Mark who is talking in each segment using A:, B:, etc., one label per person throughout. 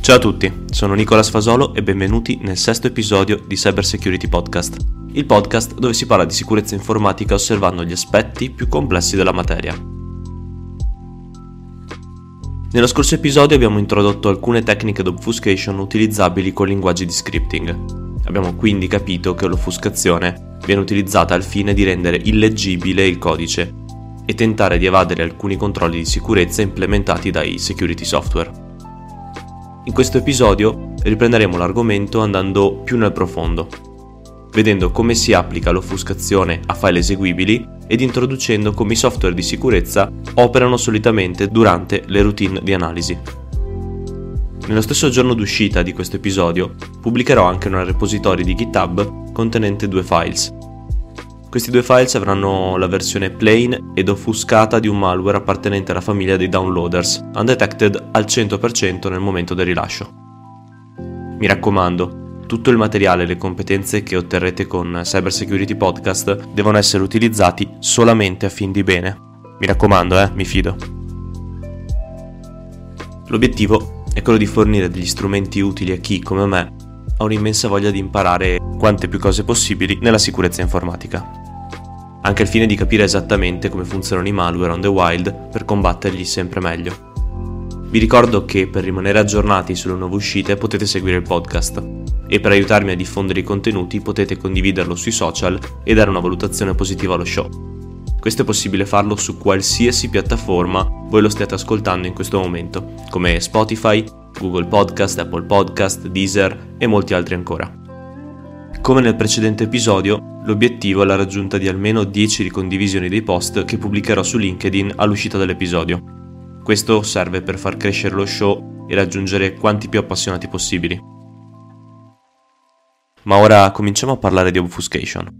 A: Ciao a tutti, sono Nicola Sfasolo e benvenuti nel sesto episodio di Cyber Security Podcast, il podcast dove si parla di sicurezza informatica osservando gli aspetti più complessi della materia. Nello scorso episodio abbiamo introdotto alcune tecniche d'obfuscation utilizzabili con linguaggi di scripting. Abbiamo quindi capito che l'offuscazione viene utilizzata al fine di rendere illeggibile il codice e tentare di evadere alcuni controlli di sicurezza implementati dai security software. In questo episodio riprenderemo l'argomento andando più nel profondo, vedendo come si applica l'offuscazione a file eseguibili ed introducendo come i software di sicurezza operano solitamente durante le routine di analisi. Nello stesso giorno d'uscita di questo episodio pubblicherò anche un repository di GitHub contenente 2 files. Questi 2 files avranno la versione plain ed offuscata di un malware appartenente alla famiglia dei downloaders, undetected al 100% nel momento del rilascio. Mi raccomando, tutto il materiale e le competenze che otterrete con Cyber Security Podcast devono essere utilizzati solamente a fin di bene. Mi raccomando, mi fido. L'obiettivo è quello di fornire degli strumenti utili a chi, come me, ha un'immensa voglia di imparare quante più cose possibili nella sicurezza informatica, anche al fine di capire esattamente come funzionano i malware on the wild per combatterli sempre meglio. Vi ricordo che per rimanere aggiornati sulle nuove uscite potete seguire il podcast e per aiutarmi a diffondere i contenuti potete condividerlo sui social e dare una valutazione positiva allo show. Questo è possibile farlo su qualsiasi piattaforma voi lo stiate ascoltando in questo momento, come Spotify, Google Podcast, Apple Podcast, Deezer e molti altri ancora. Come nel precedente episodio, l'obiettivo è la raggiunta di almeno 10 ricondivisioni dei post che pubblicherò su LinkedIn all'uscita dell'episodio. Questo serve per far crescere lo show e raggiungere quanti più appassionati possibili. Ma ora cominciamo a parlare di obfuscation.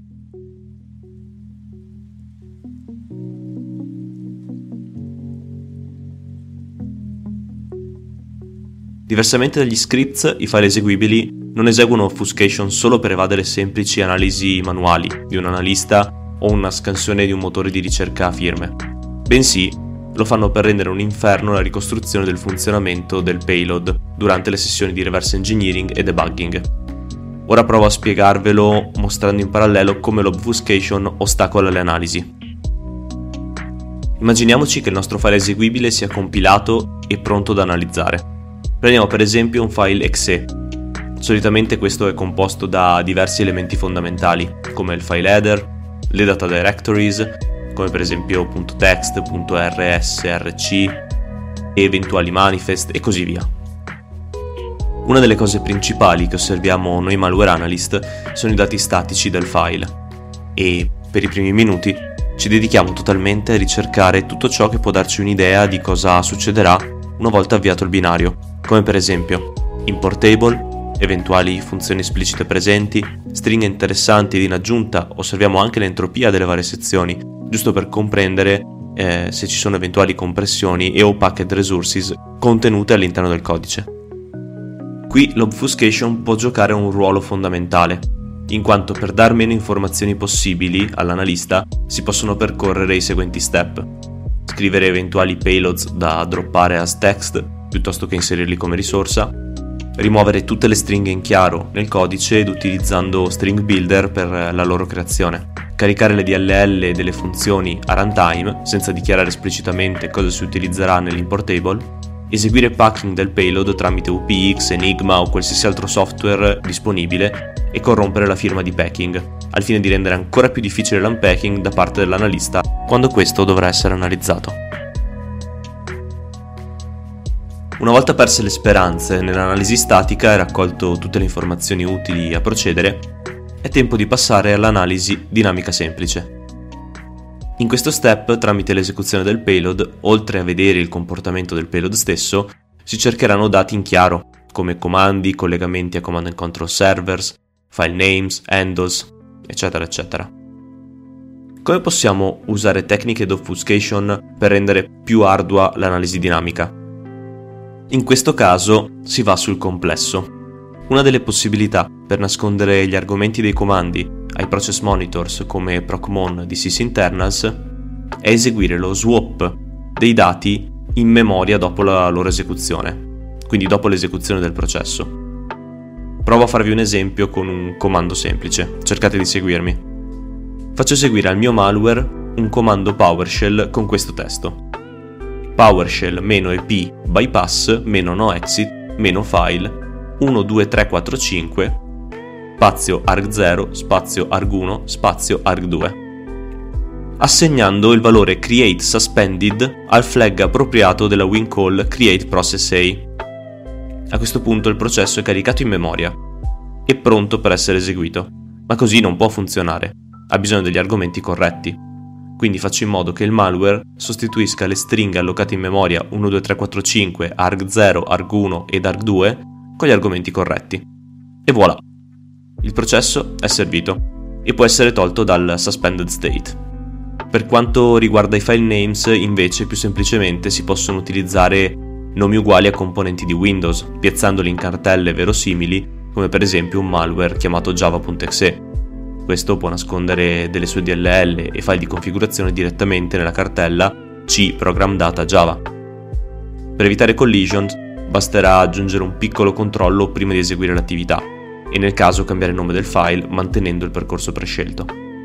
A: Diversamente dagli scripts, i file eseguibili non eseguono obfuscation solo per evadere semplici analisi manuali di un analista o una scansione di un motore di ricerca a firme, bensì lo fanno per rendere un inferno la ricostruzione del funzionamento del payload durante le sessioni di reverse engineering e debugging. Ora provo a spiegarvelo mostrando in parallelo come l'obfuscation ostacola le analisi. Immaginiamoci che il nostro file eseguibile sia compilato e pronto da analizzare. Prendiamo per esempio un file exe. Solitamente questo è composto da diversi elementi fondamentali, come il file header, le data directories, come per esempio .text, .rs, .rc, eventuali manifest e così via. Una delle cose principali che osserviamo noi malware analyst sono i dati statici del file e per i primi minuti ci dedichiamo totalmente a ricercare tutto ciò che può darci un'idea di cosa succederà una volta avviato il binario, come per esempio import table, eventuali funzioni esplicite presenti, stringhe interessanti ed in aggiunta osserviamo anche l'entropia delle varie sezioni, giusto per comprendere se ci sono eventuali compressioni e o packet resources contenute all'interno del codice. Qui l'obfuscation può giocare un ruolo fondamentale, in quanto per dar meno informazioni possibili all'analista si possono percorrere i seguenti step: scrivere eventuali payloads da droppare as text piuttosto che inserirli come risorsa, rimuovere tutte le stringhe in chiaro nel codice ed utilizzando string builder per la loro creazione, caricare le DLL delle funzioni a runtime senza dichiarare esplicitamente cosa si utilizzerà nell'import table, eseguire packing del payload tramite UPX, Enigma o qualsiasi altro software disponibile e corrompere la firma di packing, al fine di rendere ancora più difficile l'unpacking da parte dell'analista quando questo dovrà essere analizzato. Una volta perse le speranze nell'analisi statica e raccolto tutte le informazioni utili a procedere, è tempo di passare all'analisi dinamica semplice. In questo step, tramite l'esecuzione del payload, oltre a vedere il comportamento del payload stesso, si cercheranno dati in chiaro, come comandi, collegamenti a command and control servers, file names, handles, eccetera eccetera. Come possiamo usare tecniche d'obfuscation per rendere più ardua l'analisi dinamica? In questo caso si va sul complesso. Una delle possibilità per nascondere gli argomenti dei comandi ai process monitors come procmon di sysinternals è eseguire lo swap dei dati in memoria dopo la loro esecuzione. quindi dopo l'esecuzione del processo. Provo a farvi un esempio con un comando semplice, cercate di seguirmi. Faccio eseguire al mio malware un comando PowerShell con questo testo: PowerShell-ep bypass -noexit -file 12345 spazio arg0 spazio arg1 spazio arg2, assegnando il valore create suspended al flag appropriato della win call create process A. A questo punto il processo è caricato in memoria e pronto per essere eseguito, ma così non può funzionare, ha bisogno degli argomenti corretti. Quindi faccio in modo che il malware sostituisca le stringhe allocate in memoria 12345, arg0, arg1 ed arg2 con gli argomenti corretti. E voilà! Il processo è servito e può essere tolto dal suspended state. Per quanto riguarda i file names, invece, più semplicemente si possono utilizzare nomi uguali a componenti di Windows, piazzandoli in cartelle verosimili, come per esempio un malware chiamato java.exe. Questo può nascondere delle sue DLL e file di configurazione direttamente nella cartella C program data Java. Per evitare collisions basterà aggiungere un piccolo controllo prima di eseguire l'attività e nel caso cambiare il nome del file mantenendo il percorso prescelto.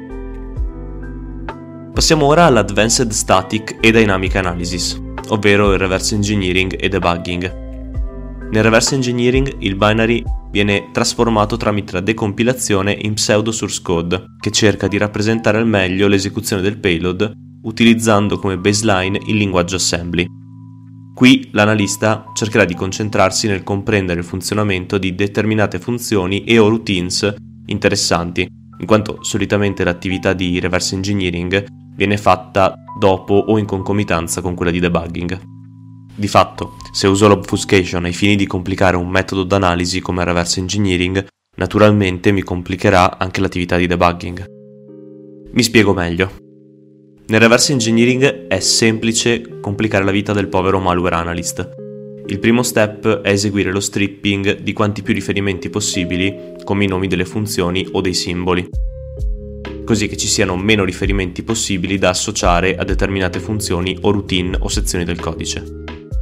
A: Passiamo ora all'Advanced Static e Dynamic Analysis, ovvero il reverse engineering e debugging. Nel reverse engineering il binary viene trasformato tramite la decompilazione in pseudo source code, che cerca di rappresentare al meglio l'esecuzione del payload utilizzando come baseline il linguaggio assembly. Qui l'analista cercherà di concentrarsi nel comprendere il funzionamento di determinate funzioni e o routines interessanti, in quanto solitamente l'attività di reverse engineering viene fatta dopo o in concomitanza con quella di debugging. Di fatto, se uso l'obfuscation ai fini di complicare un metodo d'analisi come il reverse engineering, naturalmente mi complicherà anche l'attività di debugging. Mi spiego meglio. Nel reverse engineering è semplice complicare la vita del povero malware analyst. Il primo step è eseguire lo stripping di quanti più riferimenti possibili come i nomi delle funzioni o dei simboli, così che ci siano meno riferimenti possibili da associare a determinate funzioni o routine o sezioni del codice.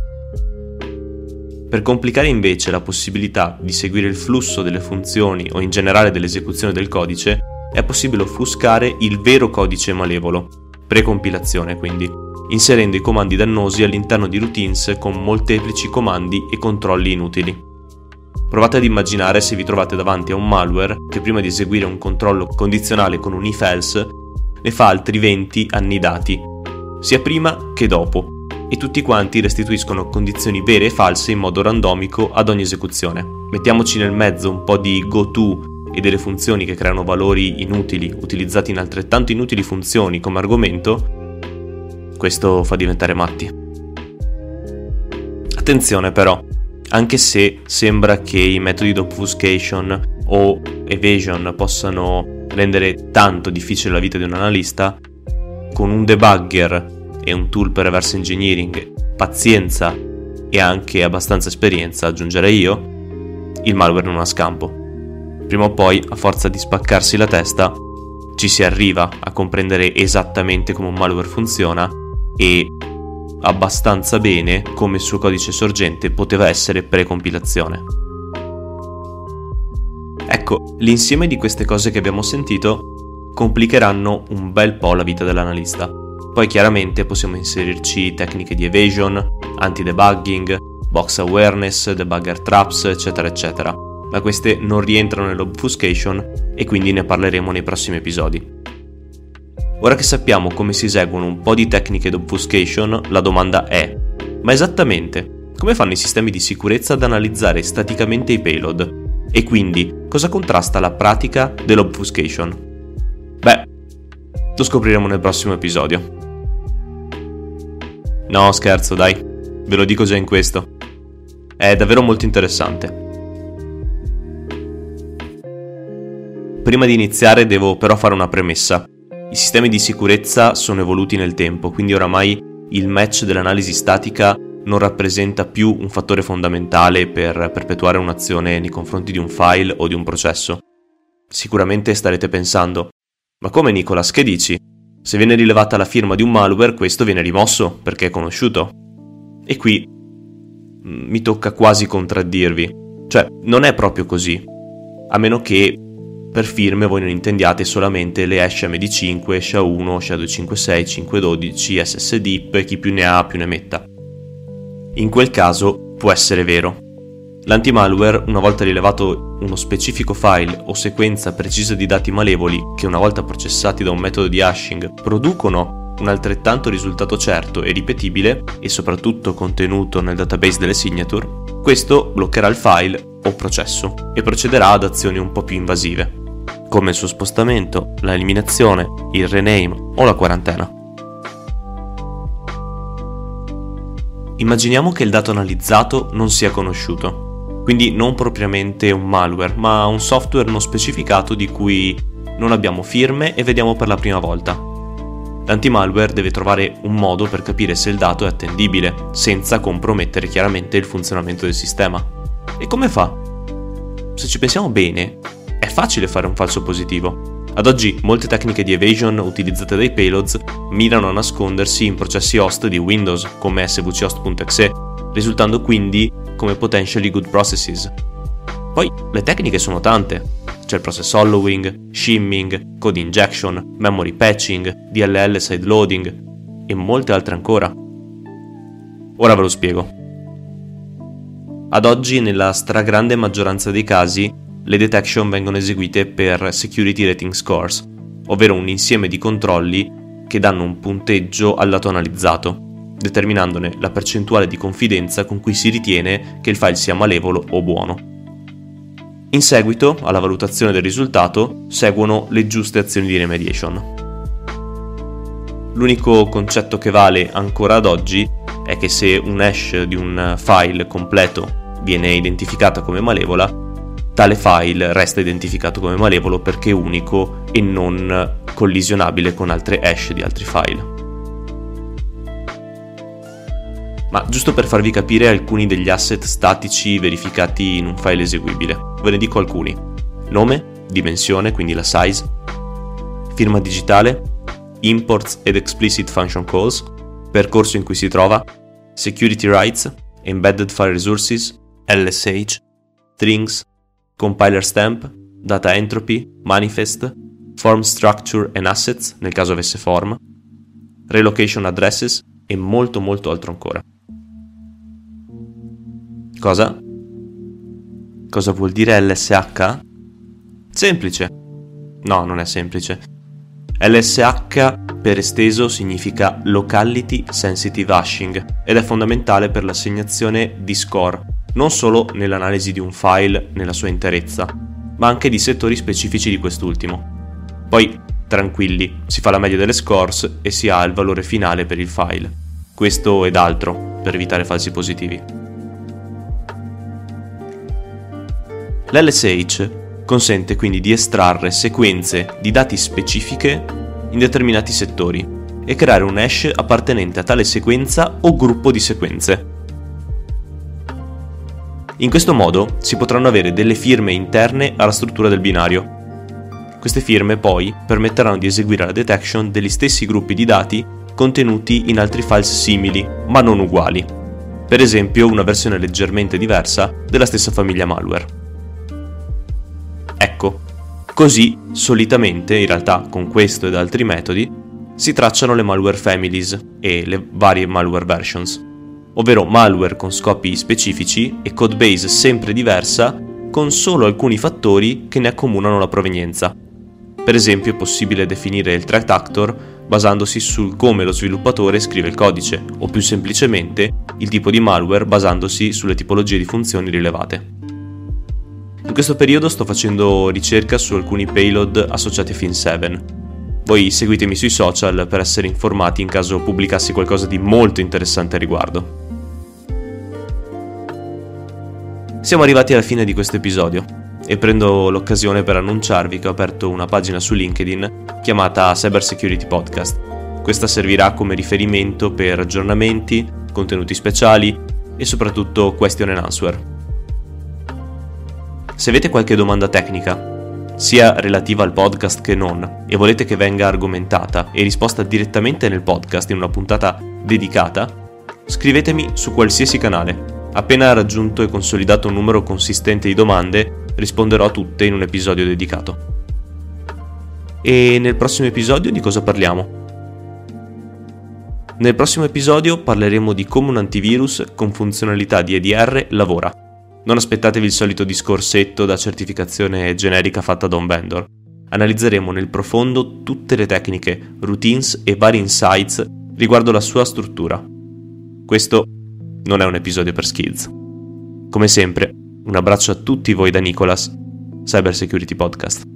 A: Per complicare invece la possibilità di seguire il flusso delle funzioni o in generale dell'esecuzione del codice, è possibile offuscare il vero codice malevolo, precompilazione quindi, inserendo i comandi dannosi all'interno di routines con molteplici comandi e controlli inutili. Provate ad immaginare se vi trovate davanti a un malware che prima di eseguire un controllo condizionale con un if-else ne fa altri 20 annidati, sia prima che dopo, e tutti quanti restituiscono condizioni vere e false in modo randomico ad ogni esecuzione. Mettiamoci nel mezzo un po' di goto e delle funzioni che creano valori inutili utilizzati in altrettanto inutili funzioni come argomento, questo fa diventare matti. Attenzione però, anche se sembra che i metodi di obfuscation o evasion possano rendere tanto difficile la vita di un analista, con un debugger e un tool per reverse engineering, pazienza e anche abbastanza esperienza, aggiungerei io, il malware non ha scampo. Prima o poi, a forza di spaccarsi la testa, ci si arriva a comprendere esattamente come un malware funziona e abbastanza bene come il suo codice sorgente poteva essere precompilazione. Ecco, l'insieme di queste cose che abbiamo sentito complicheranno un bel po' la vita dell'analista. Poi chiaramente possiamo inserirci tecniche di evasion, anti-debugging, box awareness, debugger traps, eccetera eccetera, ma queste non rientrano nell'obfuscation e quindi ne parleremo nei prossimi episodi. Ora che sappiamo come si eseguono un po' di tecniche d'obfuscation, la domanda è: ma esattamente come fanno i sistemi di sicurezza ad analizzare staticamente i payload? E quindi cosa contrasta la pratica dell'obfuscation? Beh, lo scopriremo nel prossimo episodio. No, scherzo, dai, ve lo dico già in questo. È davvero molto interessante. Prima di iniziare devo però fare una premessa. I sistemi di sicurezza sono evoluti nel tempo, quindi oramai il match dell'analisi statica non rappresenta più un fattore fondamentale per perpetuare un'azione nei confronti di un file o di un processo. Sicuramente starete pensando: ma come, Nicolas, che dici? Se viene rilevata la firma di un malware, questo viene rimosso perché è conosciuto. E qui mi tocca quasi contraddirvi. Cioè, non è proprio così, a meno che per firme voi non intendiate solamente le hash MD5, SHA-1, SHA-256, 512, SSDIP, chi più ne ha più ne metta. In quel caso può essere vero. L'antimalware, una volta rilevato uno specifico file o sequenza precisa di dati malevoli che una volta processati da un metodo di hashing producono un altrettanto risultato certo e ripetibile e soprattutto contenuto nel database delle signature, questo bloccherà il file o processo e procederà ad azioni un po' più invasive, come il suo spostamento, la eliminazione, il rename o la quarantena. Immaginiamo che il dato analizzato non sia conosciuto, quindi non propriamente un malware, ma un software non specificato di cui non abbiamo firme e vediamo per la prima volta. L'antimalware deve trovare un modo per capire se il dato è attendibile, senza compromettere chiaramente il funzionamento del sistema. E come fa? Se ci pensiamo bene, è facile fare un falso positivo. Ad oggi molte tecniche di evasion utilizzate dai payloads mirano a nascondersi in processi host di Windows, come svchost.exe, risultando quindi come potentially good processes. Poi le tecniche sono tante. C'è il process hollowing, shimming, code injection, memory patching, DLL sideloading e molte altre ancora. Ora ve lo spiego. Ad oggi, nella stragrande maggioranza dei casi, le detection vengono eseguite per security rating scores, ovvero un insieme di controlli che danno un punteggio al dato analizzato, determinandone la percentuale di confidenza con cui si ritiene che il file sia malevolo o buono. In seguito alla valutazione del risultato seguono le giuste azioni di remediation. L'unico concetto che vale ancora ad oggi è che se un hash di un file completo viene identificata come malevola, tale file resta identificato come malevolo perché è unico e non collisionabile con altre hash di altri file. Ma giusto per farvi capire alcuni degli asset statici verificati in un file eseguibile, ve ne dico alcuni. Nome, dimensione, quindi la size, firma digitale, imports ed explicit function calls, percorso in cui si trova, security rights, embedded file resources, LSH, strings, compiler stamp, data entropy, manifest, form structure and assets, nel caso avesse form, relocation addresses e molto altro ancora. Cosa? Cosa vuol dire LSH? Semplice. No, non è semplice. LSH per esteso significa Locality Sensitive Hashing ed è fondamentale per l'assegnazione di score, non solo nell'analisi di un file nella sua interezza, ma anche di settori specifici di quest'ultimo. Poi, tranquilli, si fa la media delle scores e si ha il valore finale per il file. Questo ed altro per evitare falsi positivi. L'LSH consente quindi di estrarre sequenze di dati specifiche in determinati settori e creare un hash appartenente a tale sequenza o gruppo di sequenze. In questo modo si potranno avere delle firme interne alla struttura del binario. Queste firme poi permetteranno di eseguire la detection degli stessi gruppi di dati contenuti in altri files simili ma non uguali, per esempio una versione leggermente diversa della stessa famiglia malware. Ecco, così solitamente, in realtà con questo ed altri metodi, si tracciano le malware families e le varie malware versions, ovvero malware con scopi specifici e codebase sempre diversa con solo alcuni fattori che ne accomunano la provenienza. Per esempio è possibile definire il threat actor basandosi sul come lo sviluppatore scrive il codice, o più semplicemente il tipo di malware basandosi sulle tipologie di funzioni rilevate. In questo periodo sto facendo ricerca su alcuni payload associati a Fin7. Voi seguitemi sui social per essere informati in caso pubblicassi qualcosa di molto interessante a riguardo. Siamo arrivati alla fine di questo episodio e prendo l'occasione per annunciarvi che ho aperto una pagina su LinkedIn chiamata Cyber Security Podcast. Questa servirà come riferimento per aggiornamenti, contenuti speciali e soprattutto question and answer. Se avete qualche domanda tecnica, sia relativa al podcast che non, e volete che venga argomentata e risposta direttamente nel podcast in una puntata dedicata, scrivetemi su qualsiasi canale, Appena raggiunto e consolidato un numero consistente di domande, risponderò a tutte in un episodio dedicato. E nel prossimo episodio di cosa parliamo? Nel prossimo episodio parleremo di come un antivirus con funzionalità di EDR lavora. Non aspettatevi il solito discorsetto da certificazione generica fatta da un vendor. Analizzeremo nel profondo tutte le tecniche, routines e vari insights riguardo la sua struttura. Questo non è un episodio per skids. Come sempre, un abbraccio a tutti voi da Nicolas, Cyber Security Podcast.